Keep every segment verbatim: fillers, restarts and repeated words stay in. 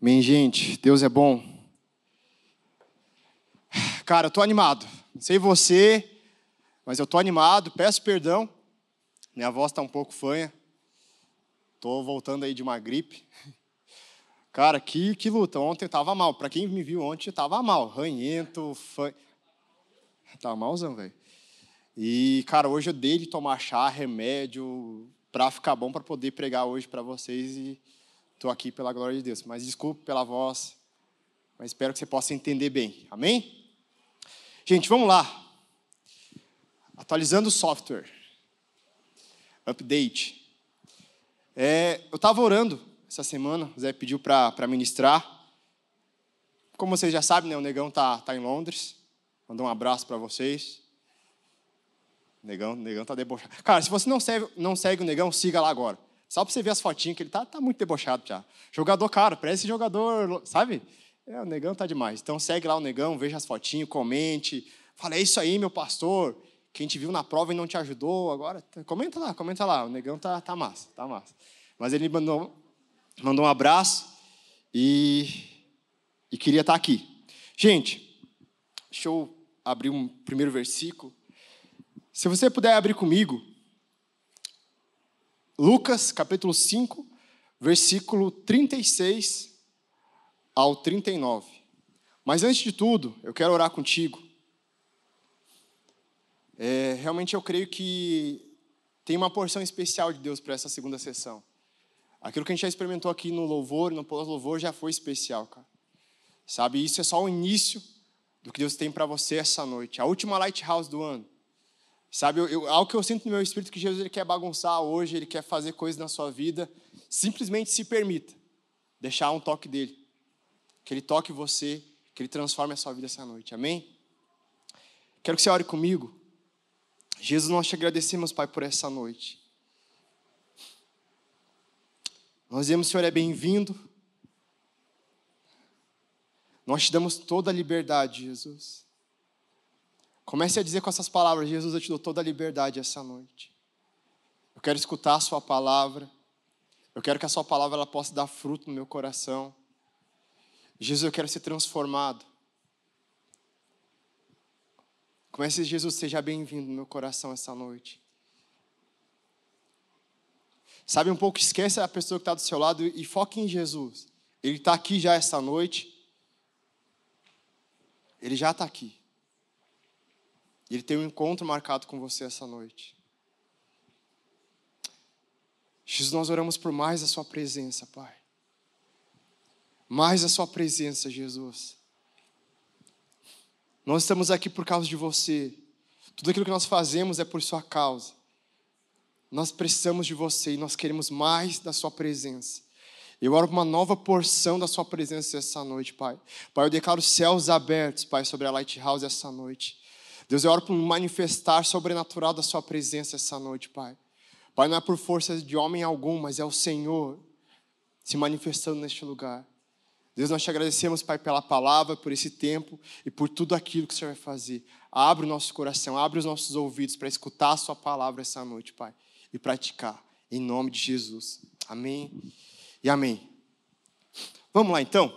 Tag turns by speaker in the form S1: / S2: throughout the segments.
S1: Amém, gente. Deus é bom. Cara, eu tô animado. Não sei você, mas eu tô animado. Peço perdão. Minha voz tá um pouco fanha. Tô voltando aí de uma gripe. Cara, que, que luta. Ontem eu tava mal. Pra quem me viu ontem, eu tava mal. Ranhento, fanho. Tava malzão, velho. E, cara, hoje eu dei de tomar chá, remédio, pra ficar bom, pra poder pregar hoje pra vocês. E tô aqui pela glória de Deus. Mas desculpe pela voz. Mas espero que você possa entender bem. Amém? Gente, vamos lá. Atualizando o software. Update. É, eu estava orando essa semana, o Zé pediu para ministrar. Como vocês já sabem, né, o Negão tá, tá em Londres. Mandou um abraço para vocês. O Negão, o Negão tá debochado. Cara, se você não segue, não segue o Negão, siga lá agora. Só para você ver as fotinhas, que ele tá, tá muito debochado já. Jogador, cara, parece jogador, sabe? É, o Negão tá demais. Então segue lá o Negão, veja as fotinhas, comente. Fala, é isso aí, meu pastor. Quem te viu na prova e não te ajudou, agora... Comenta lá, comenta lá. O Negão tá, tá massa, tá massa. Mas ele mandou, mandou um abraço e, e queria estar aqui. Gente, deixa eu abrir um primeiro versículo. Se você puder abrir comigo, Lucas, capítulo cinco, versículo trinta e seis ao trinta e nove. Mas antes de tudo, eu quero orar contigo. É, realmente eu creio que tem uma porção especial de Deus para essa segunda sessão. Aquilo que a gente já experimentou aqui no louvor, no pós-louvor, já foi especial, cara. Sabe, isso é só o início do que Deus tem para você essa noite. A última Lighthouse do ano. Sabe, eu, eu, algo que eu sinto no meu espírito que Jesus ele quer bagunçar hoje, ele quer fazer coisas na sua vida. Simplesmente se permita deixar um toque dele. Que ele toque você, que ele transforme a sua vida essa noite. Amém? Quero que você ore comigo. Jesus, nós te agradecemos, Pai, por essa noite. Nós dizemos, Senhor, é bem-vindo. Nós te damos toda a liberdade, Jesus. Comece a dizer com essas palavras, Jesus, eu te dou toda a liberdade essa noite. Eu quero escutar a sua palavra. Eu quero que a sua palavra ela possa dar fruto no meu coração. Jesus, eu quero ser transformado. Comece, Jesus, seja bem-vindo no meu coração essa noite. Sabe um pouco, esquece a pessoa que está do seu lado e foque em Jesus. Ele está aqui já essa noite. Ele já está aqui. Ele tem um encontro marcado com você essa noite. Jesus, nós oramos por mais a sua presença, Pai. Mais a sua presença, Jesus. Nós estamos aqui por causa de você. Tudo aquilo que nós fazemos é por sua causa. Nós precisamos de você e nós queremos mais da sua presença. Eu oro por uma nova porção da sua presença essa noite, Pai. Pai, eu declaro os céus abertos, Pai, sobre a Lighthouse essa noite. Deus, eu oro por um manifestar sobrenatural da sua presença essa noite, Pai. Pai, não é por força de homem algum, mas é o Senhor se manifestando neste lugar. Deus, nós te agradecemos, Pai, pela palavra, por esse tempo e por tudo aquilo que o Senhor vai fazer. Abre o nosso coração, abre os nossos ouvidos para escutar a sua palavra essa noite, Pai, e praticar, em nome de Jesus. Amém e amém. Vamos lá, então.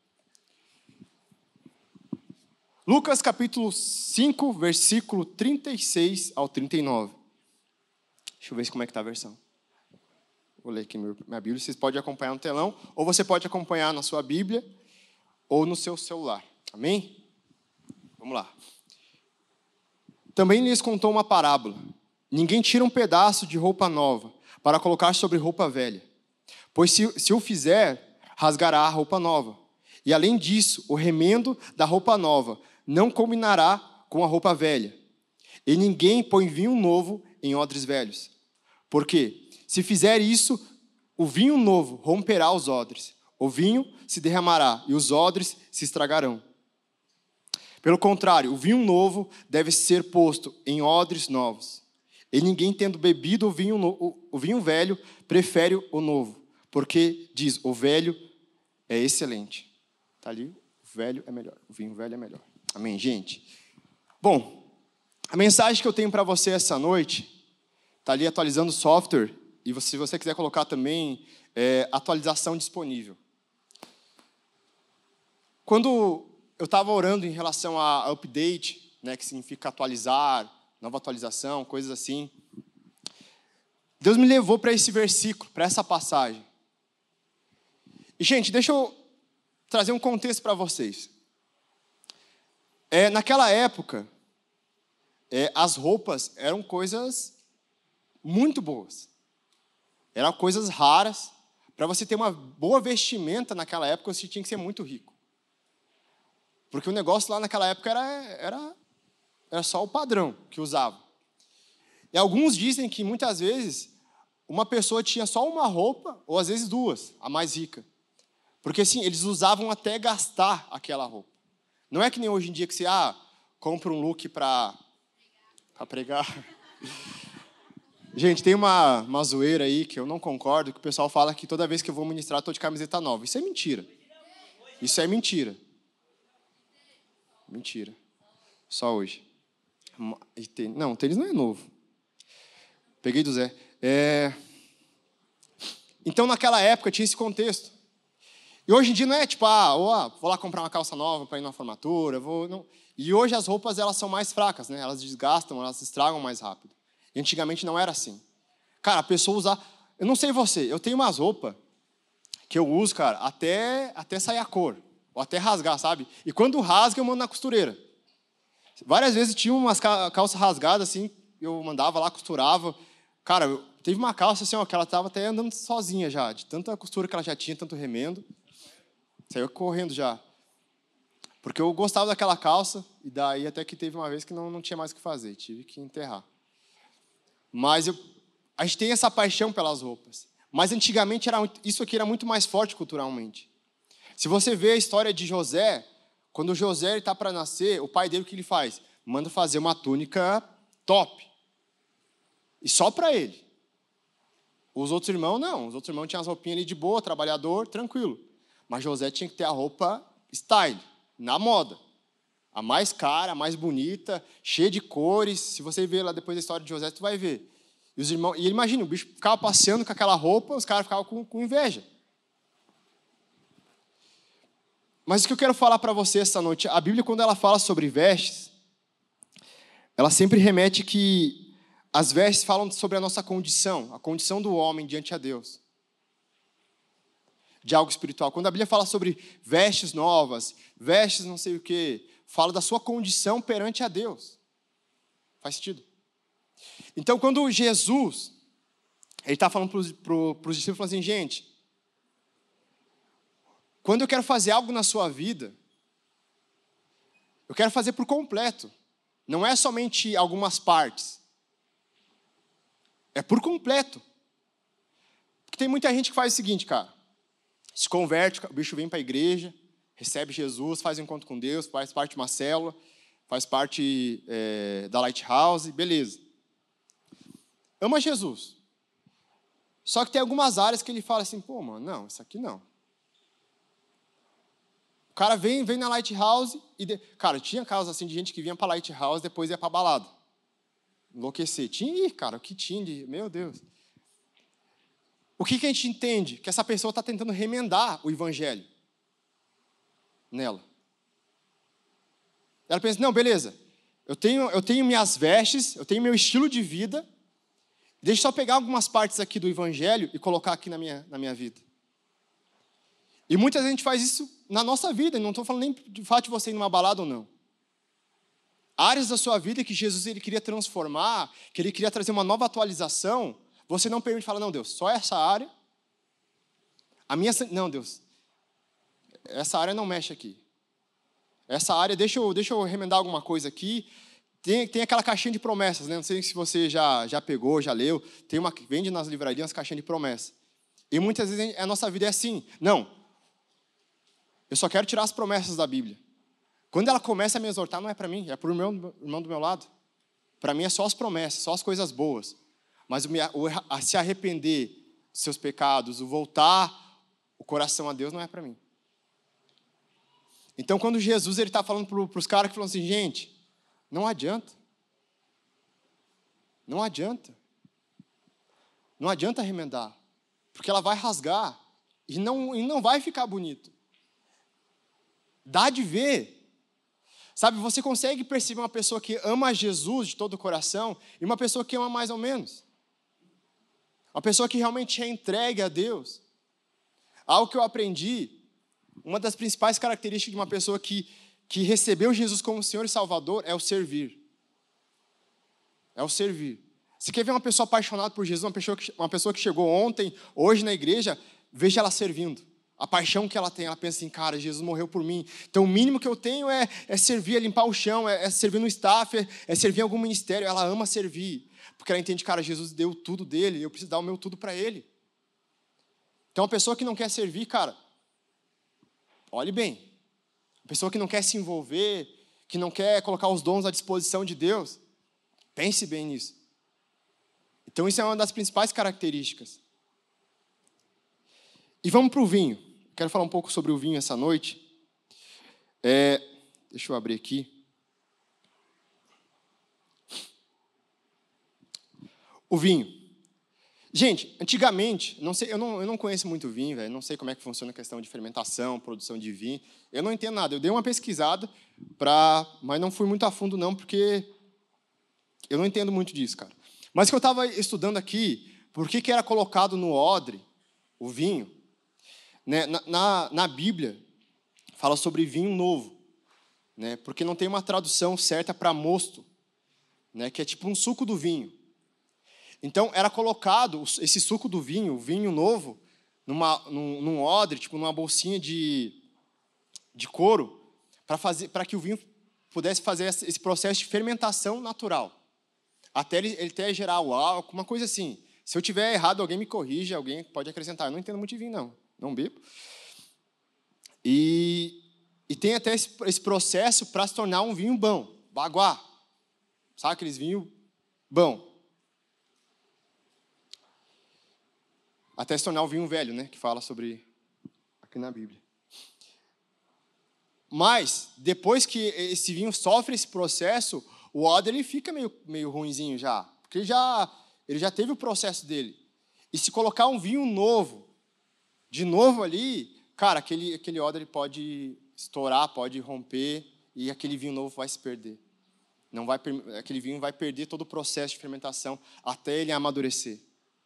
S1: Lucas, capítulo cinco, versículo trinta e seis ao trinta e nove. Deixa eu ver como é que está a versão. Vou ler aqui minha Bíblia, vocês podem acompanhar no telão, ou você pode acompanhar na sua Bíblia, ou no seu celular. Amém? Vamos lá. Também lhes contou uma parábola. Ninguém tira um pedaço de roupa nova para colocar sobre roupa velha. Pois se, se o fizer, rasgará a roupa nova. E além disso, o remendo da roupa nova não combinará com a roupa velha. E ninguém põe vinho novo em odres velhos. Por quê? Se fizer isso, o vinho novo romperá os odres. O vinho se derramará e os odres se estragarão. Pelo contrário, o vinho novo deve ser posto em odres novos. E ninguém tendo bebido o vinho, no, o, o vinho velho, prefere o novo. Porque, diz, o velho é excelente. Está ali, o velho é melhor. O vinho velho é melhor. Amém, gente? Bom, a mensagem que eu tenho para você essa noite, está ali atualizando o software. E se você quiser colocar também, é, atualização disponível. Quando eu estava orando em relação a update, né, que significa atualizar, nova atualização, coisas assim, Deus me levou para esse versículo, para essa passagem. E, gente, deixa eu trazer um contexto para vocês. É, naquela época, é, as roupas eram coisas muito boas. Eram coisas raras. Para você ter uma boa vestimenta naquela época, você tinha que ser muito rico. Porque o negócio lá naquela época era, era, era só o padrão que usava. E alguns dizem que, muitas vezes, uma pessoa tinha só uma roupa, ou às vezes duas, a mais rica. Porque, assim, eles usavam até gastar aquela roupa. Não é que nem hoje em dia que você, ah, compra um look para pregar. Gente, tem uma, uma zoeira aí que eu não concordo, que o pessoal fala que toda vez que eu vou ministrar, eu estou de camiseta nova. Isso é mentira. Isso é mentira. Mentira. Só hoje. Não, tênis não é novo. Peguei do Zé. É... Então, naquela época, tinha esse contexto. E hoje em dia não é tipo, ah, oh, vou lá comprar uma calça nova para ir numa formatura. Vou... Não. E hoje as roupas elas são mais fracas, né? Elas desgastam, elas estragam mais rápido. E antigamente não era assim. Cara, a pessoa usar... Eu não sei você, eu tenho umas roupas que eu uso, cara, até, até sair a cor. Ou até rasgar, sabe? E quando rasga, eu mando na costureira. Várias vezes tinha umas calças rasgadas, assim, eu mandava lá, costurava. Cara, eu... teve uma calça, assim, ó, que ela estava até andando sozinha já, de tanta costura que ela já tinha, tanto remendo. Saiu correndo já. Porque eu gostava daquela calça, e daí até que teve uma vez que não, não tinha mais o que fazer, tive que enterrar. Mas eu, a gente tem essa paixão pelas roupas. Mas antigamente era, isso aqui era muito mais forte culturalmente. Se você vê a história de José, quando José está para nascer, o pai dele o que ele faz? Manda fazer uma túnica top. E só para ele. Os outros irmãos não. Os outros irmãos tinham as roupinhas ali de boa, trabalhador, tranquilo. Mas José tinha que ter a roupa style, na moda. A mais cara, a mais bonita, cheia de cores. Se você ver lá depois da história de José, tu vai ver. E os irmãos, e ele imagina, o bicho ficava passeando com aquela roupa, os caras ficavam com, com inveja. Mas o que eu quero falar para você essa noite, a Bíblia, quando ela fala sobre vestes, ela sempre remete que as vestes falam sobre a nossa condição, a condição do homem diante a Deus. De algo espiritual. Quando a Bíblia fala sobre vestes novas, vestes não sei o quê, fala da sua condição perante a Deus. Faz sentido? Então, quando Jesus, ele está falando para os discípulos, falando assim, gente, quando eu quero fazer algo na sua vida, eu quero fazer por completo. Não é somente algumas partes. É por completo. Porque tem muita gente que faz o seguinte, cara. Se converte, o bicho vem para a igreja, recebe Jesus, faz um encontro com Deus, faz parte de uma célula, faz parte é, da Lighthouse, beleza. Ama Jesus. Só que tem algumas áreas que ele fala assim, pô, mano, não, isso aqui não. O cara vem, vem na Lighthouse e... De... Cara, tinha casos assim de gente que vinha para a Lighthouse e depois ia para a balada. Enlouquecer. Tinha, ih, cara, o que tinha de... Meu Deus. O que, que a gente entende? Que essa pessoa está tentando remendar o evangelho nela. Ela pensa, não, beleza, eu tenho, eu tenho minhas vestes, eu tenho meu estilo de vida, deixa eu só pegar algumas partes aqui do evangelho e colocar aqui na minha, na minha vida. E muitas vezes a gente faz isso na nossa vida, não estou falando nem de fato de você ir numa balada ou não. Áreas da sua vida que Jesus ele queria transformar, que ele queria trazer uma nova atualização, você não permite falar, não, Deus, só essa área, a minha... Não, Deus, essa área não mexe aqui. Essa área, deixa eu, deixa eu remendar alguma coisa aqui. Tem, tem aquela caixinha de promessas, né? Não sei se você já, já pegou, já leu. Tem uma que vende nas livrarias, caixinha de promessas. E muitas vezes a nossa vida é assim. Não, eu só quero tirar as promessas da Bíblia. Quando ela começa a me exortar, não é para mim, é para o meu irmão do meu lado. Para mim é só as promessas, só as coisas boas. Mas o, o, se arrepender dos seus pecados, o voltar o coração a Deus, não é para mim. Então, quando Jesus está falando para os caras que falam assim, gente, não adianta. Não adianta. Não adianta remendar. Porque ela vai rasgar e não, e não vai ficar bonito. Dá de ver. Sabe, você consegue perceber uma pessoa que ama Jesus de todo o coração e uma pessoa que ama mais ou menos. Uma pessoa que realmente é entregue a Deus. Algo que eu aprendi, uma das principais características de uma pessoa que, que recebeu Jesus como Senhor e Salvador é o servir. É o servir. Você quer ver uma pessoa apaixonada por Jesus, uma pessoa que, uma pessoa que chegou ontem, hoje na igreja, veja ela servindo. A paixão que ela tem, ela pensa assim, cara, Jesus morreu por mim. Então o mínimo que eu tenho é, é servir, é limpar o chão, é, é servir no staff, é, é servir em algum ministério. Ela ama servir, porque ela entende, cara, Jesus deu tudo dele, eu preciso dar o meu tudo para ele. Então uma pessoa que não quer servir, cara, olhe bem. Uma pessoa que não quer se envolver, que não quer colocar os dons à disposição de Deus, pense bem nisso. Então isso é uma das principais características. E vamos para o vinho. Quero falar um pouco sobre o vinho essa noite. É, deixa eu abrir aqui. O vinho. Gente, antigamente, não sei, eu, não, eu não conheço muito vinho, véio, não sei como é que funciona a questão de fermentação, produção de vinho. Eu não entendo nada. Eu dei uma pesquisada, pra, mas não fui muito a fundo não, porque eu não entendo muito disso, cara. Mas que eu estava estudando aqui, por que, que era colocado no odre o vinho? Né, na, na, na Bíblia, fala sobre vinho novo, né, porque não tem uma tradução certa para mosto, né, que é tipo um suco do vinho. Então, era colocado esse suco do vinho, o vinho novo, numa, num, num odre, tipo numa bolsinha de, de couro, para fazer, para que o vinho pudesse fazer esse processo de fermentação natural, até ele, ele até gerar o álcool, uma coisa assim. Se eu tiver errado, alguém me corrige, alguém pode acrescentar. Eu não entendo muito de vinho, não. Não bebo. E, e tem até esse, esse processo para se tornar um vinho bom. Baguá. Sabe aqueles vinhos bom? Até se tornar o vinho velho, né? Que fala sobre aqui na Bíblia. Mas, depois que esse vinho sofre esse processo, o odre ele fica meio, meio ruinzinho já. Porque ele já, ele já teve o processo dele. E se colocar um vinho novo, de novo ali, cara, aquele, aquele odre ele pode estourar, pode romper, e aquele vinho novo vai se perder. Não vai, aquele vinho vai perder todo o processo de fermentação até ele amadurecer.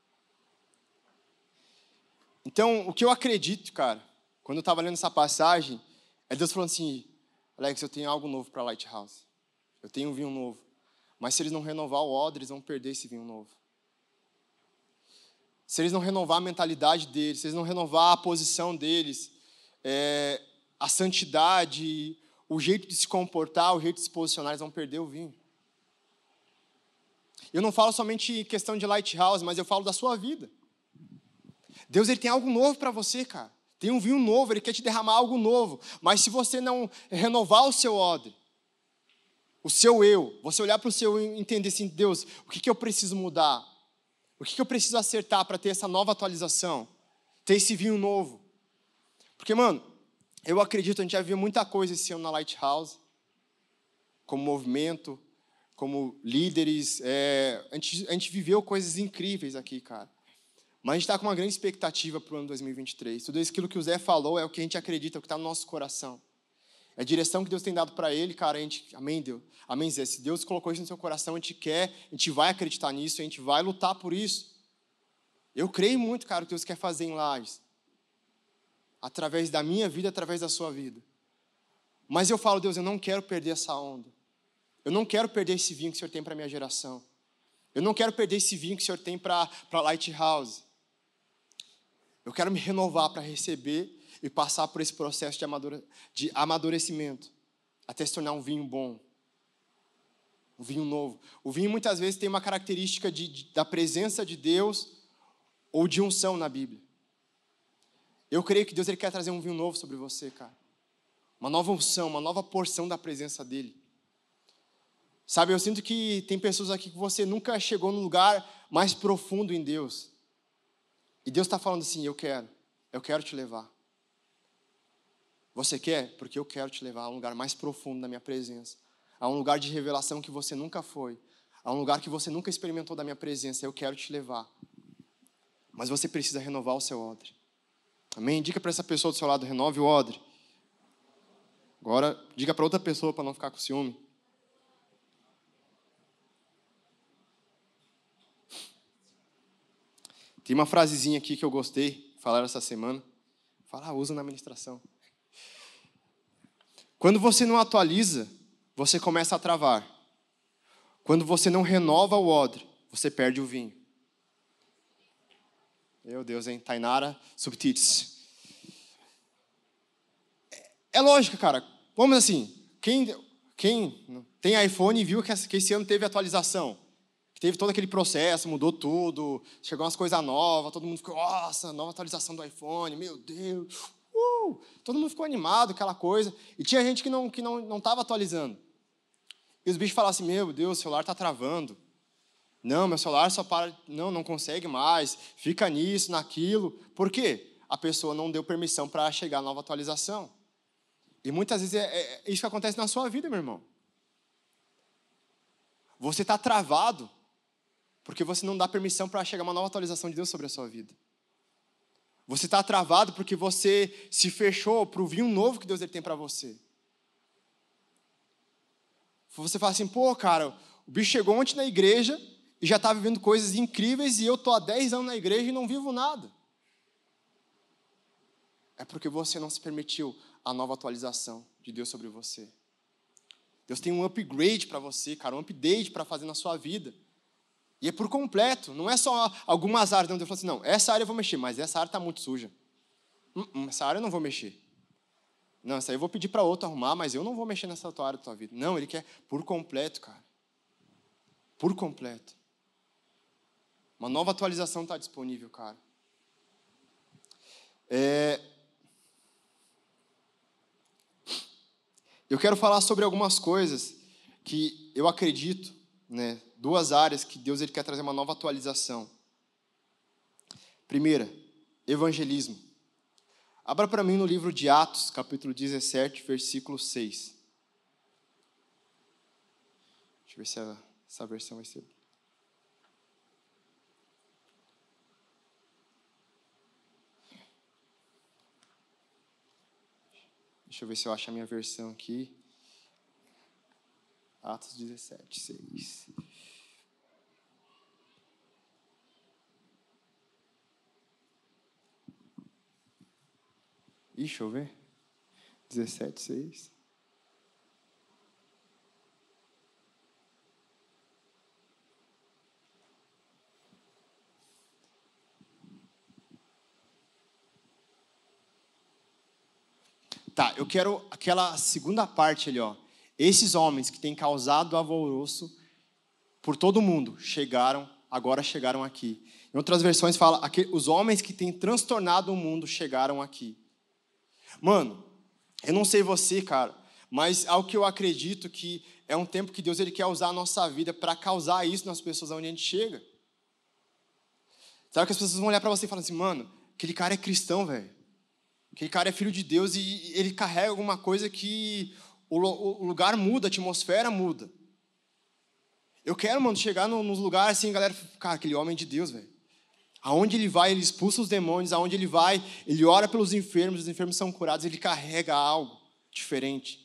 S1: Então, o que eu acredito, cara, quando eu estava lendo essa passagem, é Deus falando assim, Alex, eu tenho algo novo para a Lighthouse. Eu tenho um vinho novo. Mas se eles não renovar o odre, eles vão perder esse vinho novo. Se eles não renovar a mentalidade deles, se eles não renovar a posição deles, é, a santidade, o jeito de se comportar, o jeito de se posicionar, eles vão perder o vinho. Eu não falo somente em questão de Lighthouse, mas eu falo da sua vida. Deus ele tem algo novo para você, cara. Tem um vinho novo, Ele quer te derramar algo novo. Mas se você não renovar o seu odre, o seu eu, você olhar para o seu eu e entender assim, Deus, o que, que eu preciso mudar? O que eu preciso acertar para ter essa nova atualização? Ter esse vinho novo? Porque, mano, eu acredito, a gente já viu muita coisa esse ano na Lighthouse, como movimento, como líderes. É, a, gente, a gente viveu coisas incríveis aqui, cara. Mas a gente está com uma grande expectativa para o ano dois mil e vinte e três. Tudo aquilo que o Zé falou é o que a gente acredita, é o que está no nosso coração. É a direção que Deus tem dado para ele, cara. A gente, amém, Deus. Amém, Zé. Se Deus colocou isso no seu coração, a gente quer, a gente vai acreditar nisso, a gente vai lutar por isso. Eu creio muito, cara, o que Deus quer fazer em Lages. Através da minha vida, através da sua vida. Mas eu falo, Deus, eu não quero perder essa onda. Eu não quero perder esse vinho que o Senhor tem para a minha geração. Eu não quero perder esse vinho que o Senhor tem para a Lighthouse. Eu quero me renovar para receber e passar por esse processo de, amadure, de amadurecimento, até se tornar um vinho bom, um vinho novo. O vinho muitas vezes tem uma característica de, de, da presença de Deus ou de unção na Bíblia. Eu creio que Deus ele quer trazer um vinho novo sobre você, cara. Uma nova unção, uma nova porção da presença dEle. Sabe, eu sinto que tem pessoas aqui que você nunca chegou no lugar mais profundo em Deus. E Deus está falando assim, eu quero, eu quero te levar. Você quer? Porque eu quero te levar a um lugar mais profundo da minha presença. A um lugar de revelação que você nunca foi. A um lugar que você nunca experimentou da minha presença. Eu quero te levar. Mas você precisa renovar o seu odre. Amém? Diga para essa pessoa do seu lado, renove o odre. Agora, diga para outra pessoa para não ficar com ciúme. Tem uma frasezinha aqui que eu gostei, falaram essa semana. Fala, ah, usa na administração. Quando você não atualiza, você começa a travar. Quando você não renova o odre, você perde o vinho. Meu Deus, hein? Tainara Subtits. É lógico, cara. Vamos assim, quem, quem tem iPhone viu que esse ano teve atualização. Teve todo aquele processo, mudou tudo, chegou umas coisas novas, todo mundo ficou, nossa, nova atualização do iPhone, meu Deus. Uh! Todo mundo ficou animado, aquela coisa. E tinha gente que não que não não estava atualizando. E os bichos falavam assim, meu Deus, o celular está travando. Não, meu celular só para, não, não consegue mais, fica nisso, naquilo. Por quê? A pessoa não deu permissão para chegar a nova atualização. E muitas vezes é, é isso que acontece na sua vida, meu irmão. Você está travado porque você não dá permissão para chegar uma nova atualização de Deus sobre a sua vida. Você está travado porque você se fechou para o vinho novo que Deus ele tem para você. Você fala assim, pô, cara, o bicho chegou ontem na igreja e já está vivendo coisas incríveis e eu estou há dez anos na igreja e não vivo nada. É porque você não se permitiu a nova atualização de Deus sobre você. Deus tem um upgrade para você, cara, um update para fazer na sua vida. E é por completo, não é só algumas áreas. Não, Deus falou assim, não, essa área eu vou mexer, mas essa área está muito suja. Hum, hum, essa área eu não vou mexer. Não, essa aí eu vou pedir para outro arrumar, mas eu não vou mexer nessa tua área da tua vida. Não, Ele quer por completo, cara. Por completo. Uma nova atualização está disponível, cara. É... Eu quero falar sobre algumas coisas que eu acredito, né, duas áreas que Deus ele quer trazer uma nova atualização. Primeira, evangelismo. Abra para mim no livro de Atos, capítulo dezessete, versículo seis. Deixa eu ver se a, essa versão vai ser... Deixa eu ver se eu acho a minha versão aqui. Atos dezessete, seis. Ih, deixa eu ver. dezessete, seis. Tá, eu quero aquela segunda parte ali, ó. Esses homens que têm causado alvoroço por todo mundo chegaram, agora chegaram aqui. Em outras versões fala, os homens que têm transtornado o mundo chegaram aqui. Mano, eu não sei você, cara, mas algo que eu acredito que é um tempo que Deus ele quer usar a nossa vida para causar isso nas pessoas onde a gente chega. Sabe que as pessoas vão olhar para você e falar assim, mano, aquele cara é cristão, velho. Aquele cara é filho de Deus e ele carrega alguma coisa que o lugar muda, a atmosfera muda. Eu quero, mano, chegar nos lugares assim, galera, cara, aquele homem é de Deus, velho. Aonde ele vai, ele expulsa os demônios, aonde ele vai, ele ora pelos enfermos, os enfermos são curados, ele carrega algo diferente.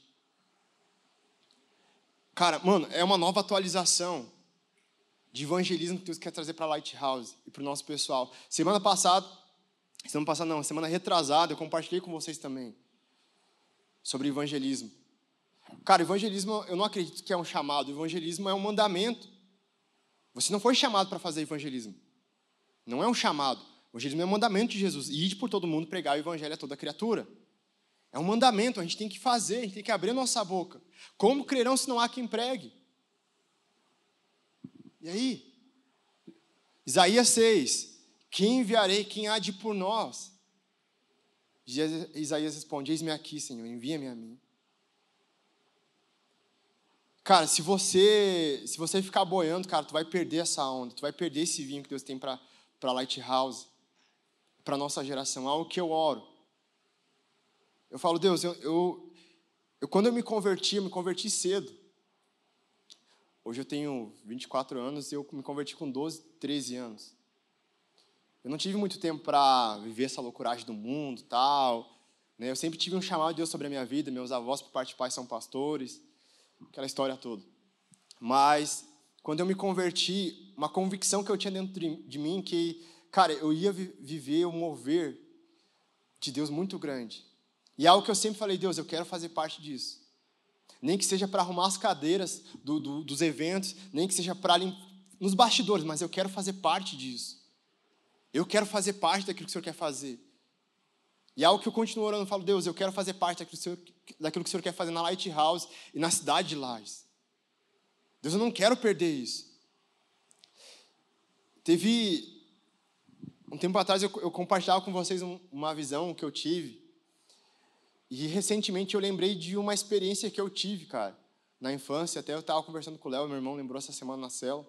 S1: Cara, mano, é uma nova atualização de evangelismo que Deus quer trazer para a Lighthouse e para o nosso pessoal. Semana passada, semana passada não, semana retrasada, eu compartilhei com vocês também sobre evangelismo. Cara, evangelismo, eu não acredito que é um chamado, evangelismo é um mandamento. Você não foi chamado para fazer evangelismo. Não é um chamado. O evangelismo é um mandamento de Jesus. E ir por todo mundo pregar o evangelho a toda criatura. É um mandamento, a gente tem que fazer, a gente tem que abrir a nossa boca. Como crerão se não há quem pregue? E aí? Isaías seis. Quem enviarei, quem há de ir por nós? Isaías responde, eis-me aqui, Senhor, envia-me a mim. Cara, se você, se você ficar boiando, cara, tu vai perder essa onda, tu vai perder esse vinho que Deus tem para para Lighthouse, para a nossa geração. Algo que eu oro. Eu falo, Deus, eu, eu, eu, quando eu me converti, eu me converti cedo. Hoje eu tenho vinte e quatro anos e eu me converti com doze, treze anos. Eu não tive muito tempo para viver essa loucuragem do mundo e tal. né? Eu sempre tive um chamado de Deus sobre a minha vida, meus avós, por parte de pai, são pastores, aquela história toda. Mas, quando eu me converti, uma convicção que eu tinha dentro de mim, que, cara, eu ia viver um mover de Deus muito grande. E é algo que eu sempre falei, Deus, eu quero fazer parte disso. Nem que seja para arrumar as cadeiras do, do, dos eventos, nem que seja para lim... nos bastidores, mas eu quero fazer parte disso. Eu quero fazer parte daquilo que o Senhor quer fazer. E é algo que eu continuo orando, eu falo, Deus, eu quero fazer parte daquilo que o Senhor, daquilo que o Senhor quer fazer na Lighthouse e na cidade de Lages. Deus, eu não quero perder isso. Teve, um tempo atrás, eu, eu compartilhava com vocês um, uma visão que eu tive. E, recentemente, eu lembrei de uma experiência que eu tive, cara, na infância. Até eu estava conversando com o Léo, meu irmão lembrou essa semana na cela.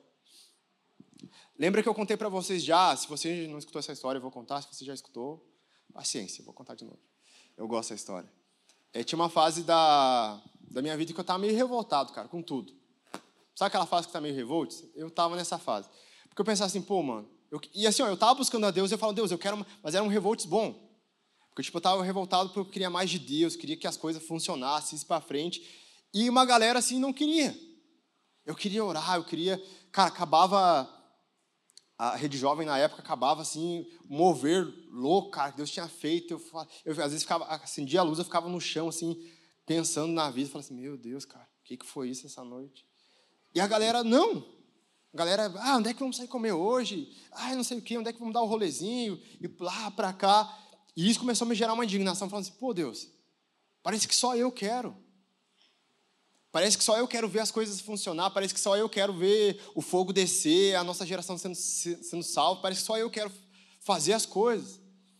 S1: Lembra que eu contei para vocês já? Se você não escutou essa história, eu vou contar. Se você já escutou, paciência, eu vou contar de novo. Eu gosto dessa história. É, tinha uma fase da, da minha vida que eu estava meio revoltado, cara, com tudo. Sabe aquela fase que está meio revolt? Eu estava nessa fase. Porque eu pensava assim, pô, mano... Eu, e assim, ó, eu estava buscando a Deus, eu falo, Deus, eu quero... Uma, mas era um revolt bom. Porque tipo, eu estava revoltado porque eu queria mais de Deus, queria que as coisas funcionassem, isso para frente. E uma galera assim não queria. Eu queria orar, eu queria... Cara, acabava... A Rede Jovem, na época, acabava assim, mover louco, cara, que Deus tinha feito. Eu, eu às vezes, ficava, acendia a luz, eu ficava no chão, assim, pensando na vida. Falava assim, meu Deus, cara, o que, que foi isso essa noite? E a galera, não. A galera, ah, onde é que vamos sair comer hoje? Ah, não sei o quê, onde é que vamos dar um rolezinho? E lá, pra cá. E isso começou a me gerar uma indignação, falando assim, pô, Deus, parece que só eu quero. Parece que só eu quero ver as coisas funcionar, parece que só eu quero ver o fogo descer, a nossa geração sendo, sendo salva, parece que só eu quero fazer as coisas.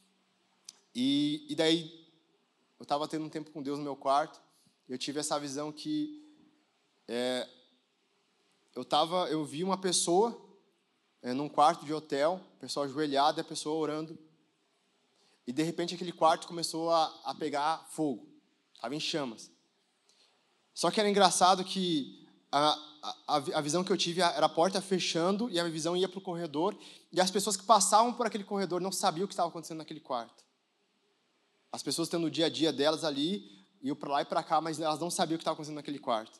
S1: E, e daí, eu estava tendo um tempo com Deus no meu quarto, e eu tive essa visão que é, eu, tava, eu vi uma pessoa é, num quarto de hotel, pessoa ajoelhada e a pessoa orando, e de repente aquele quarto começou a, a pegar fogo, estava em chamas. Só que era engraçado que a, a, a visão que eu tive era a porta fechando e a visão ia para o corredor e as pessoas que passavam por aquele corredor não sabiam o que estava acontecendo naquele quarto. As pessoas tendo o dia a dia delas ali, iam para lá e para cá, mas elas não sabiam o que estava acontecendo naquele quarto.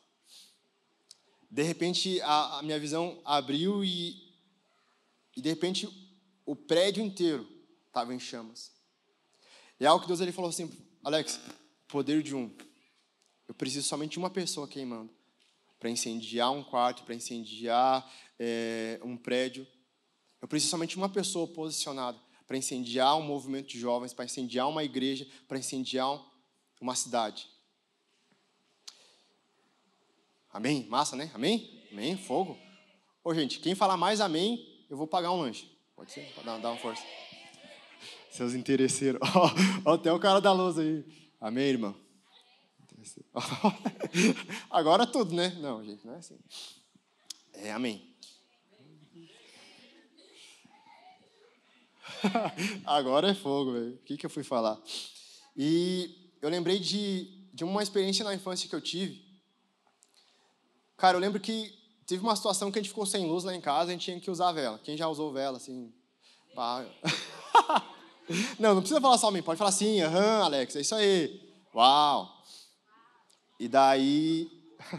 S1: De repente, a, a minha visão abriu e, e, de repente, o prédio inteiro estava em chamas. E é algo que Deus ele falou assim, Alex, poder de um. Eu preciso somente de uma pessoa queimando para incendiar um quarto, para incendiar é, um prédio. Eu preciso somente de uma pessoa posicionada para incendiar um movimento de jovens, para incendiar uma igreja, para incendiar um, uma cidade. Amém? Massa, né? Amém? Amém? Fogo. Ô, gente, quem falar mais amém, eu vou pagar um lanche. Pode ser? Dá, dá uma força. Seus interesseiros. Ó, até o cara da lousa aí. Amém, irmão? Agora tudo, né? Não, gente, não é assim. É, amém. Agora é fogo, velho. O que, que eu fui falar? E eu lembrei de, de uma experiência na infância que eu tive. Cara, eu lembro que teve uma situação que a gente ficou sem luz lá em casa, a gente tinha que usar vela. Quem já usou vela, assim? Pá. Não, não precisa falar só amém, pode falar sim, aham, Alex, é isso aí. Uau! E daí...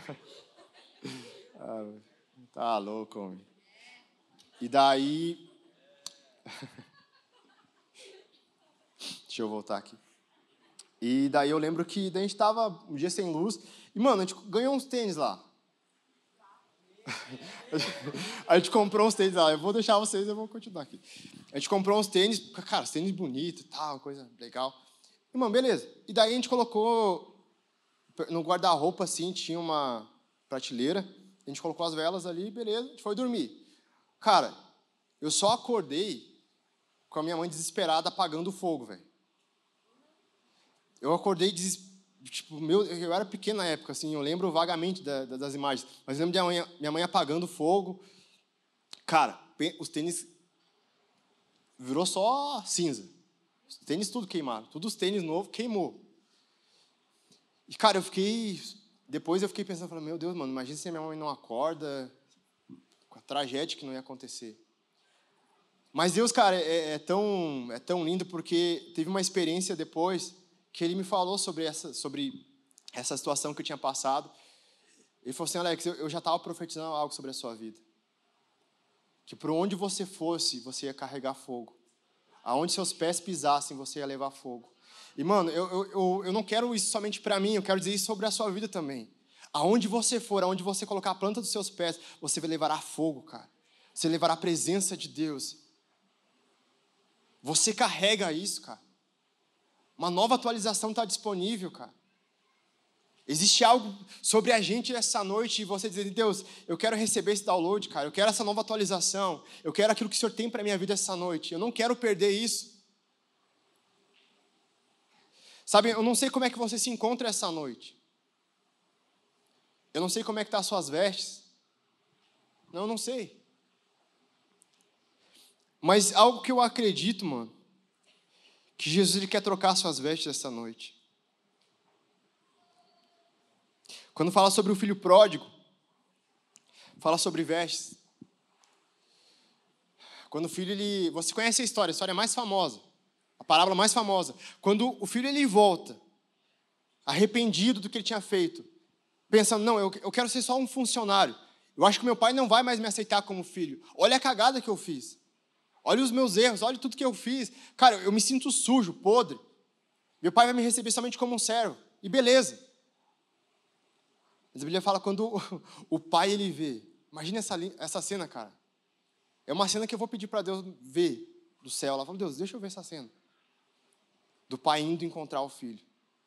S1: ah, tá louco, homem. E daí... Deixa eu voltar aqui. E daí eu lembro que daí a gente tava um dia sem luz. E, mano, a gente ganhou uns tênis lá. A gente comprou uns tênis lá. Eu vou deixar vocês, eu vou continuar aqui. A gente comprou uns tênis, cara, os tênis bonitos e tal, coisa legal. E, mano, beleza. E daí a gente colocou... No guarda-roupa, assim, tinha uma prateleira. A gente colocou as velas ali, beleza, a gente foi dormir. Cara, eu só acordei com a minha mãe desesperada apagando o fogo, velho. Eu acordei, des... tipo, meu, eu era pequeno na época, assim, eu lembro vagamente da, da, das imagens, mas eu lembro de minha mãe, minha mãe apagando o fogo. Cara, os tênis virou só cinza. Os tênis tudo queimaram, todos os tênis novos queimou. E, cara, eu fiquei... Depois eu fiquei pensando, falando, meu Deus, mano, imagina se a minha mãe não acorda, com a tragédia que não ia acontecer. Mas Deus, cara, é, é, tão, é tão lindo porque teve uma experiência depois que ele me falou sobre essa, sobre essa situação que eu tinha passado. Ele falou assim, Alex, eu, eu já estava profetizando algo sobre a sua vida. Que por onde você fosse, você ia carregar fogo. Aonde seus pés pisassem, você ia levar fogo. E, mano, eu, eu, eu, eu não quero isso somente para mim, eu quero dizer isso sobre a sua vida também. Aonde você for, aonde você colocar a planta dos seus pés, você levará fogo, cara. Você levará a presença de Deus. Você carrega isso, cara. Uma nova atualização está disponível, cara. Existe algo sobre a gente essa noite e você dizer, Deus, eu quero receber esse download, cara. Eu quero essa nova atualização. Eu quero aquilo que o Senhor tem para a minha vida essa noite. Eu não quero perder isso. Sabe, eu não sei como é que você se encontra essa noite. Eu não sei como é que estão as suas vestes. Não, eu não sei. Mas algo que eu acredito, mano, que Jesus ele quer trocar suas vestes essa noite. Quando fala sobre o filho pródigo, fala sobre vestes. Quando o filho, ele... Você conhece a história, a história mais famosa, a parábola mais famosa. Quando o filho, ele volta, arrependido do que ele tinha feito, pensando, não, eu, eu quero ser só um funcionário. Eu acho que meu pai não vai mais me aceitar como filho. Olha a cagada que eu fiz. Olha os meus erros, olha tudo que eu fiz. Cara, eu me sinto sujo, podre. Meu pai vai me receber somente como um servo. E beleza. Mas a Bíblia fala quando o pai ele vê. Imagina essa, essa cena, cara. É uma cena que eu vou pedir para Deus ver do céu. Ela fala, Deus, deixa eu ver essa cena. Do pai indo encontrar o filho.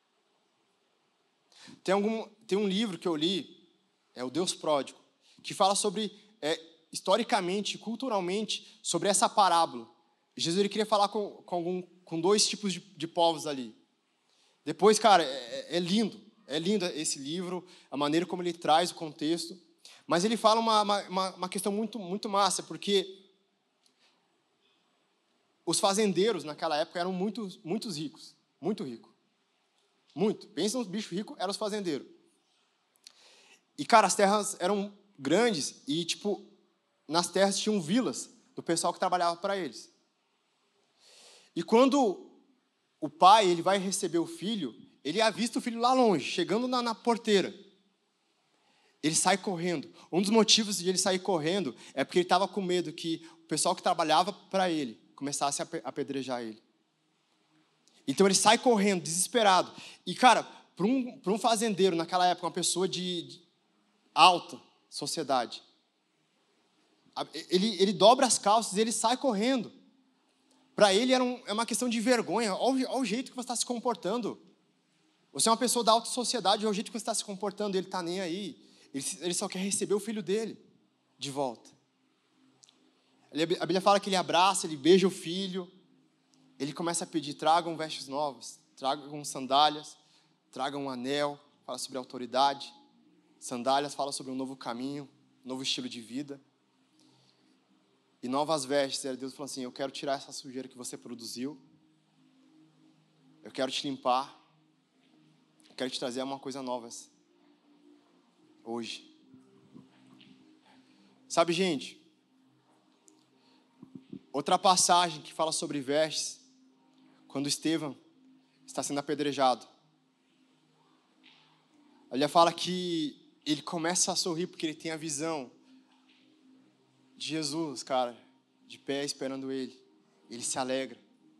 S1: Tem, algum, tem um livro que eu li, é o Deus Pródigo, que fala sobre, é, historicamente, culturalmente, sobre essa parábola. Jesus ele queria falar com, com, algum, com dois tipos de, de povos ali. Depois, cara, é, é lindo. É lindo esse livro, a maneira como ele traz o contexto. Mas ele fala uma, uma, uma questão muito, muito massa, porque os fazendeiros naquela época eram muito, muito ricos. Muito ricos. Muito. Pensa nos bichos ricos, eram os fazendeiros. E, cara, as terras eram grandes e, tipo, nas terras tinham vilas do pessoal que trabalhava para eles. E quando o pai ele vai receber o filho, ele avista o filho lá longe, chegando na, na porteira. Ele sai correndo. Um dos motivos de ele sair correndo é porque ele estava com medo que o pessoal que trabalhava para ele começasse a apedrejar ele. Então ele sai correndo, desesperado. E, cara, para um, para um fazendeiro naquela época, uma pessoa de, de alta sociedade, ele, ele dobra as calças e ele sai correndo. Para ele era um, é uma questão de vergonha. Olha, olha o jeito que você está se comportando. Você é uma pessoa da alta sociedade, olha o jeito que você está se comportando. Ele está nem aí. Ele, ele só quer receber o filho dele de volta. Ele, a Bíblia fala que ele abraça, ele beija o filho. Ele começa a pedir, tragam vestes novas, tragam sandálias, tragam um anel, fala sobre autoridade. Sandálias fala sobre um novo caminho, um novo estilo de vida. E novas vestes, e Deus falou assim, eu quero tirar essa sujeira que você produziu. Eu quero te limpar. Eu quero te trazer uma coisa nova hoje. Sabe, gente, outra passagem que fala sobre vestes, quando Estevão está sendo apedrejado. Ele fala que ele começa a sorrir porque ele tem a visão de Jesus, cara, de pé esperando ele. Ele se alegra.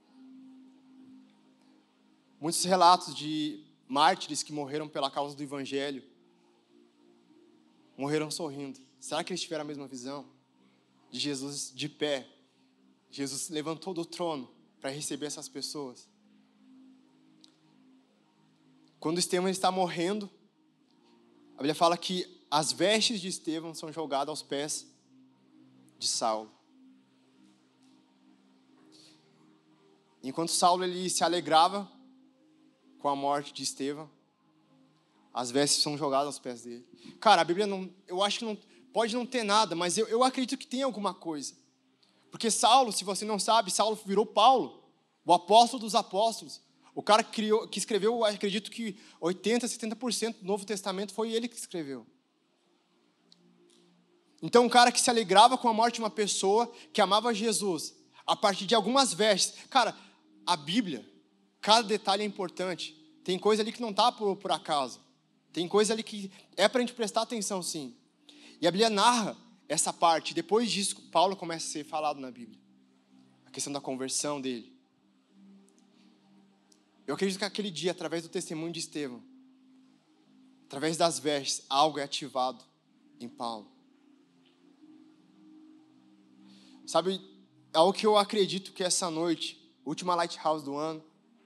S1: Muitos relatos de mártires que morreram pela causa do evangelho morreram sorrindo. Será que eles tiveram a mesma visão? De Jesus de pé. Jesus levantou do trono para receber essas pessoas. Quando Estevão está morrendo, a Bíblia fala que as vestes de Estevão são jogadas aos pés de Saulo. Enquanto Saulo ele se alegrava com a morte de Estevão, as vestes são jogadas aos pés dele. Cara, a Bíblia não, eu acho que não pode não ter nada, mas eu, eu acredito que tem alguma coisa. Porque Saulo, se você não sabe, Saulo virou Paulo, o apóstolo dos apóstolos. O cara que, criou, que escreveu, acredito que oitenta, setenta por cento do Novo Testamento foi ele que escreveu. Então, um cara que se alegrava com a morte de uma pessoa que amava Jesus, a partir de algumas vestes. Cara, a Bíblia, cada detalhe é importante. Tem coisa ali que não está por, por acaso. Tem coisa ali que é para a gente prestar atenção, sim. E a Bíblia narra essa parte. Depois disso, Paulo começa a ser falado na Bíblia. A questão da conversão dele. Eu acredito que aquele dia, através do testemunho de Estevão, através das vestes, algo é ativado em Paulo. Sabe, algo que eu acredito que essa noite, última Lighthouse do ano,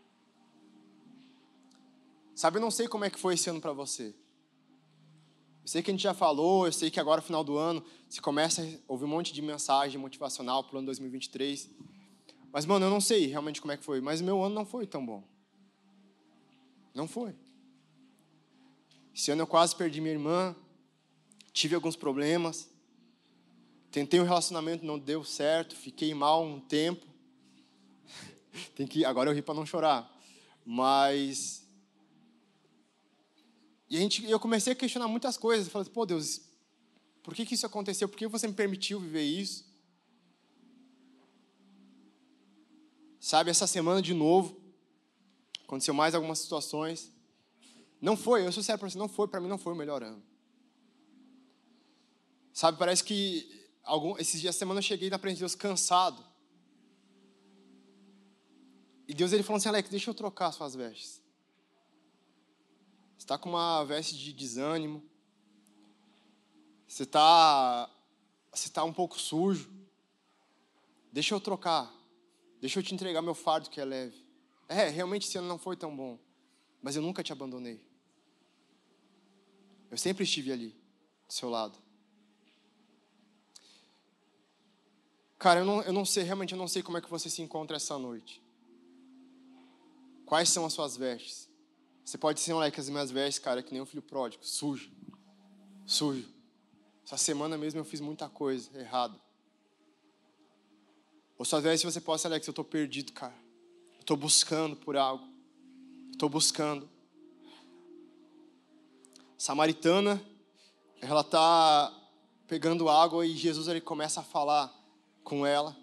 S1: sabe, eu não sei como é que foi esse ano para você. Eu sei que a gente já falou, eu sei que agora, no final do ano, você começa a ouvir um monte de mensagem motivacional para o ano dois mil e vinte e três. Mas, mano, eu não sei realmente como é que foi. Mas o meu ano não foi tão bom. Não foi. Esse ano eu quase perdi minha irmã. Tive alguns problemas. Tentei um relacionamento, não deu certo. Fiquei mal um tempo. Tem que, agora eu ri para não chorar. Mas... E a gente, eu comecei a questionar muitas coisas. Eu falei, pô, Deus, por que que isso aconteceu? Por que você me permitiu viver isso? Sabe, essa semana de novo, aconteceu mais algumas situações. Não foi, eu sou sério para você, não foi, para mim não foi o melhor ano. Sabe, parece que algum, esses dias da semana eu cheguei na presença de Deus cansado. E Deus ele falou assim, Alex, deixa eu trocar as suas vestes. Você está com uma veste de desânimo. Você está você tá um pouco sujo. Deixa eu trocar. Deixa eu te entregar meu fardo que é leve. É, realmente esse ano não foi tão bom. Mas eu nunca te abandonei. Eu sempre estive ali, do seu lado. Cara, eu não, eu não sei, realmente eu não sei como é que você se encontra essa noite. Quais são as suas vestes? Você pode dizer, olha, que as minhas vestes, cara, é que nem um filho pródigo, sujo. Sujo. Essa semana mesmo eu fiz muita coisa errada. Ou suas vestes você pode dizer, Alex, eu estou perdido, cara. Eu estou buscando por algo. Estou buscando. Samaritana, ela está pegando água e Jesus ele começa a falar com ela.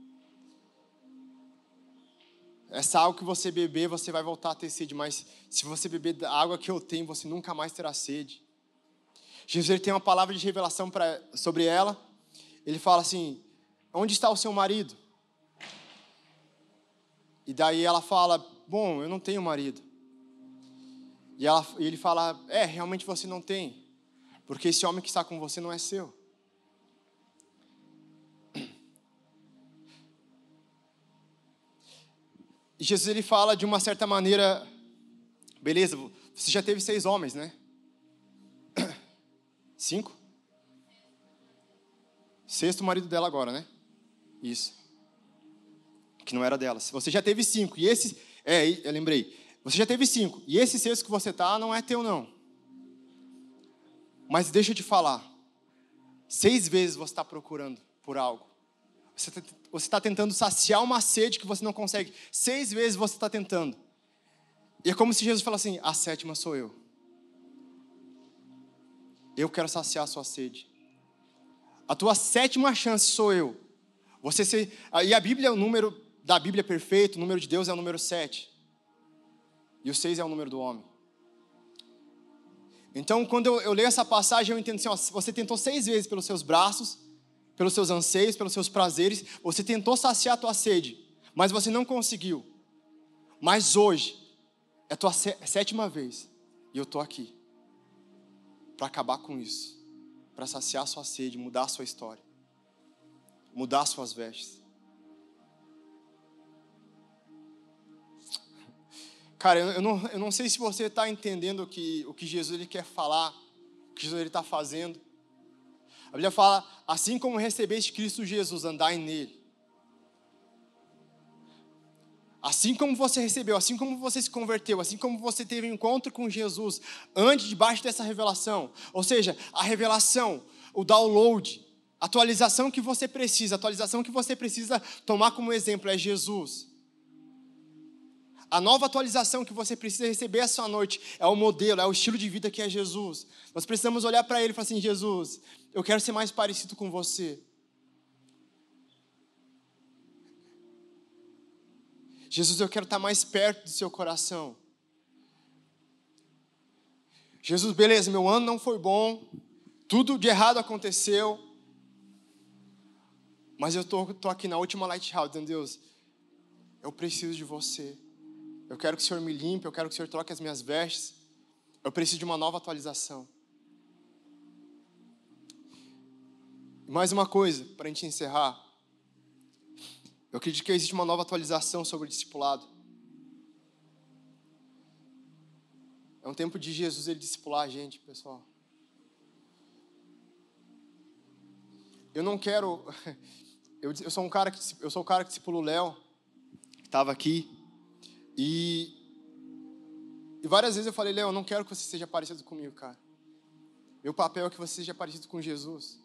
S1: Essa água que você beber, você vai voltar a ter sede, mas se você beber da água que eu tenho, você nunca mais terá sede. Jesus ele tem uma palavra de revelação pra, sobre ela. Ele fala assim, onde está o seu marido? E daí ela fala, bom, eu não tenho marido. E, ela, e ele fala, é, realmente você não tem, porque esse homem que está com você não é seu. E Jesus ele fala de uma certa maneira, beleza, você já teve seis homens, né? Cinco? Sexto marido dela agora, né? Isso. Que não era dela. Você já teve cinco, e esse, é, eu lembrei. Você já teve cinco, e esse sexto que você tá não é teu não. Mas deixa eu te falar, seis vezes você está procurando por algo. Você está você tá tentando saciar uma sede que você não consegue. Seis vezes você está tentando. E é como se Jesus falasse assim, a sétima sou eu. Eu quero saciar a sua sede. A tua sétima chance sou eu. Você se, e a Bíblia, o número da Bíblia perfeito, o número de Deus é o número sete. E o seis é o número do homem. Então, quando eu, eu leio essa passagem, eu entendo assim, ó, você tentou seis vezes pelos seus braços, pelos seus anseios, pelos seus prazeres, você tentou saciar a tua sede, mas você não conseguiu. Mas hoje, é a tua sétima vez, e eu estou aqui, para acabar com isso, para saciar a sua sede, mudar a sua história, mudar as suas vestes. Cara, eu não, eu não sei se você está entendendo o que, o que Jesus ele quer falar, o que Jesus está fazendo. A Bíblia fala, assim como recebeste Cristo Jesus, andai nele. Assim como você recebeu, assim como você se converteu, assim como você teve um encontro com Jesus, ande debaixo dessa revelação. Ou seja, a revelação, o download, a atualização que você precisa, a atualização que você precisa tomar como exemplo é Jesus. A nova atualização que você precisa receber essa noite é o modelo, é o estilo de vida que é Jesus. Nós precisamos olhar para ele e falar assim, Jesus, eu quero ser mais parecido com você. Jesus, eu quero estar mais perto do seu coração. Jesus, beleza, meu ano não foi bom, tudo de errado aconteceu, mas eu tô, tô aqui na última Lighthouse, dizendo, Deus, eu preciso de você. Eu quero que o Senhor me limpe, eu quero que o Senhor troque as minhas vestes. Eu preciso de uma nova atualização. E mais uma coisa, para a gente encerrar. Eu acredito que existe uma nova atualização sobre o discipulado. É um tempo de Jesus ele discipular a gente, pessoal. Eu não quero... Eu, eu sou um cara que eu sou o cara que discipula o Léo, que estava aqui. E, e várias vezes eu falei, Léo, eu não quero que você seja parecido comigo, cara. Meu papel é que você seja parecido com Jesus.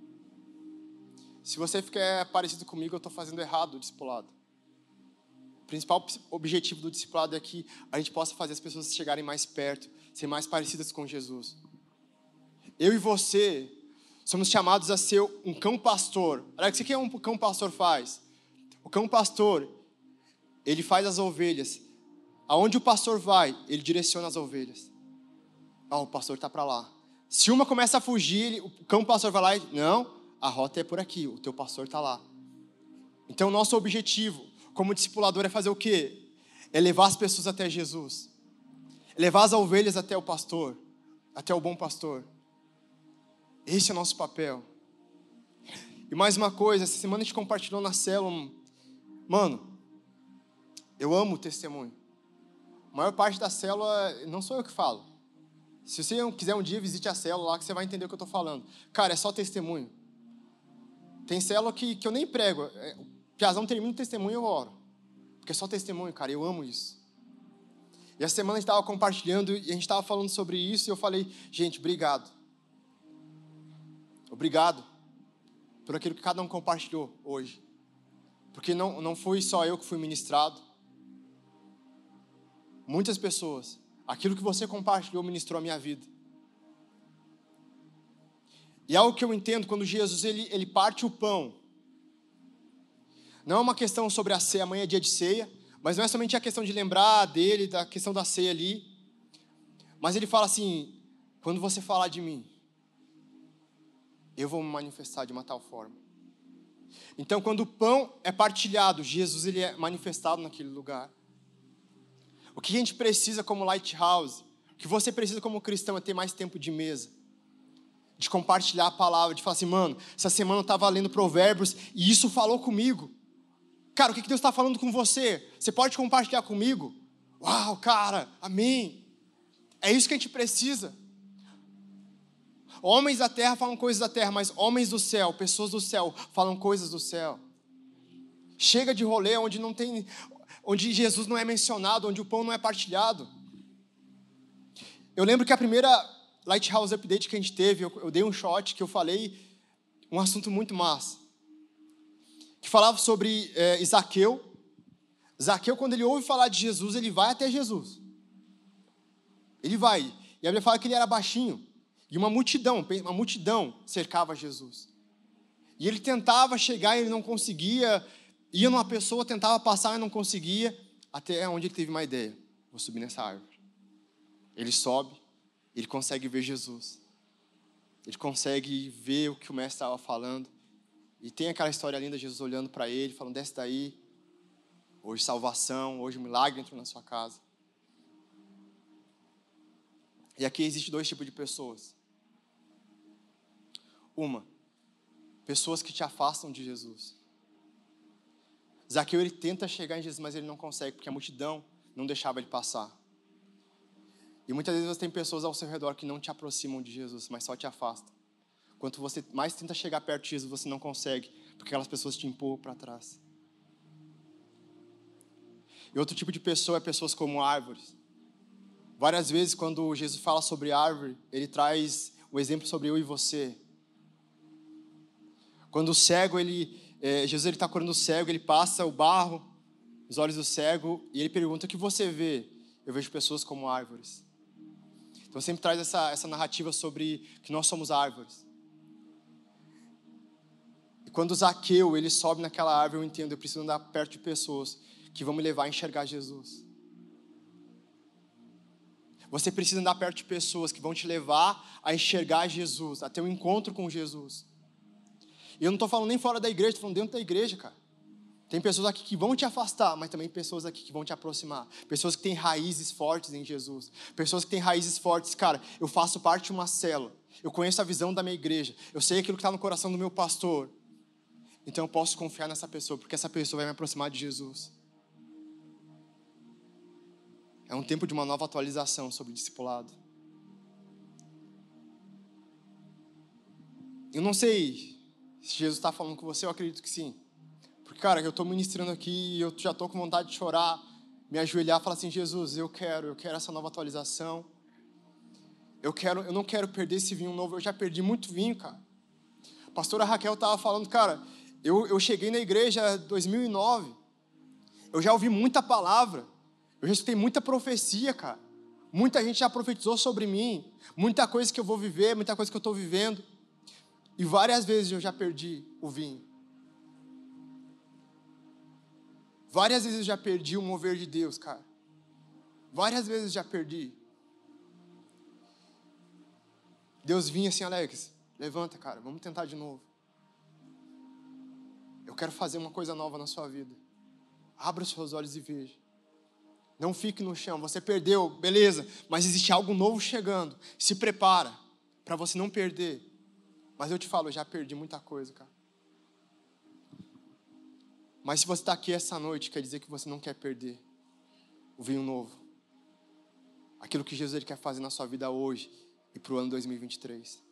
S1: Se você ficar parecido comigo, eu estou fazendo errado o discipulado. O principal objetivo do discipulado é que a gente possa fazer as pessoas chegarem mais perto, ser mais parecidas com Jesus. Eu e você somos chamados a ser um cão pastor. Olha, o que um cão pastor faz? O cão pastor, ele faz as ovelhas. Aonde o pastor vai, ele direciona as ovelhas. Ah, o pastor está para lá. Se uma começa a fugir, o cão pastor vai lá e... Não, a rota é por aqui, o teu pastor está lá. Então, nosso objetivo como discipulador é fazer o quê? É levar as pessoas até Jesus. É levar as ovelhas até o pastor, até o bom pastor. Esse é o nosso papel. E mais uma coisa, essa semana a gente compartilhou na célula. Mano, eu amo o testemunho. A maior parte da célula, não sou eu que falo. Se você quiser um dia, visite a célula lá que você vai entender o que eu estou falando. Cara, é só testemunho. Tem célula que, que eu nem prego. O piazão termina o testemunho e eu oro. Porque é só testemunho, cara, eu amo isso. E essa semana a gente estava compartilhando e a gente estava falando sobre isso e eu falei, gente, obrigado. Obrigado por aquilo que cada um compartilhou hoje. Porque não, não fui só eu que fui ministrado. Muitas pessoas. Aquilo que você compartilhou ministrou a minha vida. E algo que eu entendo, quando Jesus ele, ele parte o pão, não é uma questão sobre a ceia, amanhã é dia de ceia, mas não é somente a questão de lembrar dele, da questão da ceia ali, mas ele fala assim, quando você falar de mim, eu vou me manifestar de uma tal forma. Então, quando o pão é partilhado, Jesus ele é manifestado naquele lugar. O que a gente precisa como Lighthouse, o que você precisa como cristão é ter mais tempo de mesa, de compartilhar a palavra, de falar assim, mano, essa semana eu estava lendo Provérbios e isso falou comigo. Cara, o que Deus está falando com você? Você pode compartilhar comigo? Uau, cara, amém. É isso que a gente precisa. Homens da terra falam coisas da terra, mas homens do céu, pessoas do céu, falam coisas do céu. Chega de rolê onde não tem, onde Jesus não é mencionado, onde o pão não é partilhado. Eu lembro que a primeira Lighthouse Update que a gente teve, eu, eu dei um shot que eu falei um assunto muito massa. Que falava sobre é, Zaqueu. Zaqueu, quando ele ouve falar de Jesus, ele vai até Jesus. Ele vai. E a Bíblia fala que ele era baixinho. E uma multidão, uma multidão cercava Jesus. E ele tentava chegar e ele não conseguia. Ia numa pessoa, tentava passar e não conseguia. Até onde ele teve uma ideia. Vou subir nessa árvore. Ele sobe, ele consegue ver Jesus. Ele consegue ver o que o mestre estava falando. E tem aquela história linda, Jesus olhando para ele, falando, desce daí. Hoje salvação, hoje milagre entrou na sua casa. E aqui existe dois tipos de pessoas. Uma, pessoas que te afastam de Jesus. Zaqueu, ele tenta chegar em Jesus, mas ele não consegue, porque a multidão não deixava ele passar. E muitas vezes você tem pessoas ao seu redor que não te aproximam de Jesus, mas só te afastam. Quanto você mais tenta chegar perto de Jesus, você não consegue, porque aquelas pessoas te empurram para trás. E outro tipo de pessoa é pessoas como árvores. Várias vezes, quando Jesus fala sobre árvore, ele traz o exemplo sobre eu e você. Quando o cego, ele, é, Jesus está curando o cego, ele passa o barro nos olhos do cego e ele pergunta, o que você vê? Eu vejo pessoas como árvores. Então sempre traz essa, essa narrativa sobre que nós somos árvores. E quando Zaqueu, ele sobe naquela árvore, eu entendo, eu preciso andar perto de pessoas que vão me levar a enxergar Jesus. Você precisa andar perto de pessoas que vão te levar a enxergar Jesus, a ter um encontro com Jesus. E eu não estou falando nem fora da igreja, estou falando dentro da igreja, cara. Tem pessoas aqui que vão te afastar, mas também pessoas aqui que vão te aproximar. Pessoas que têm raízes fortes em Jesus. Pessoas que têm raízes fortes. Cara, eu faço parte de uma célula. Eu conheço a visão da minha igreja. Eu sei aquilo que está no coração do meu pastor. Então eu posso confiar nessa pessoa, porque essa pessoa vai me aproximar de Jesus. É um tempo de uma nova atualização sobre o discipulado. Eu não sei se Jesus está falando com você, eu acredito que sim. Porque, cara, eu estou ministrando aqui e eu já estou com vontade de chorar, me ajoelhar e falar assim, Jesus, eu quero, eu quero essa nova atualização. Eu, quero, eu não quero perder esse vinho novo, eu já perdi muito vinho, cara. A pastora Raquel estava falando, cara, eu, eu cheguei na igreja em dois mil e nove, eu já ouvi muita palavra, eu já escutei muita profecia, cara. Muita gente já profetizou sobre mim, muita coisa que eu vou viver, muita coisa que eu estou vivendo. E várias vezes eu já perdi o vinho. Várias vezes eu já perdi o mover de Deus, cara. Várias vezes eu já perdi. Deus vinha assim, Alex, levanta, cara, vamos tentar de novo. Eu quero fazer uma coisa nova na sua vida. Abra os seus olhos e veja. Não fique no chão, você perdeu, beleza, mas existe algo novo chegando. Se prepara para você não perder. Mas eu te falo, eu já perdi muita coisa, cara. Mas se você está aqui essa noite, quer dizer que você não quer perder o vinho novo. Aquilo que Jesus ele quer fazer na sua vida hoje e para o ano dois mil e vinte e três.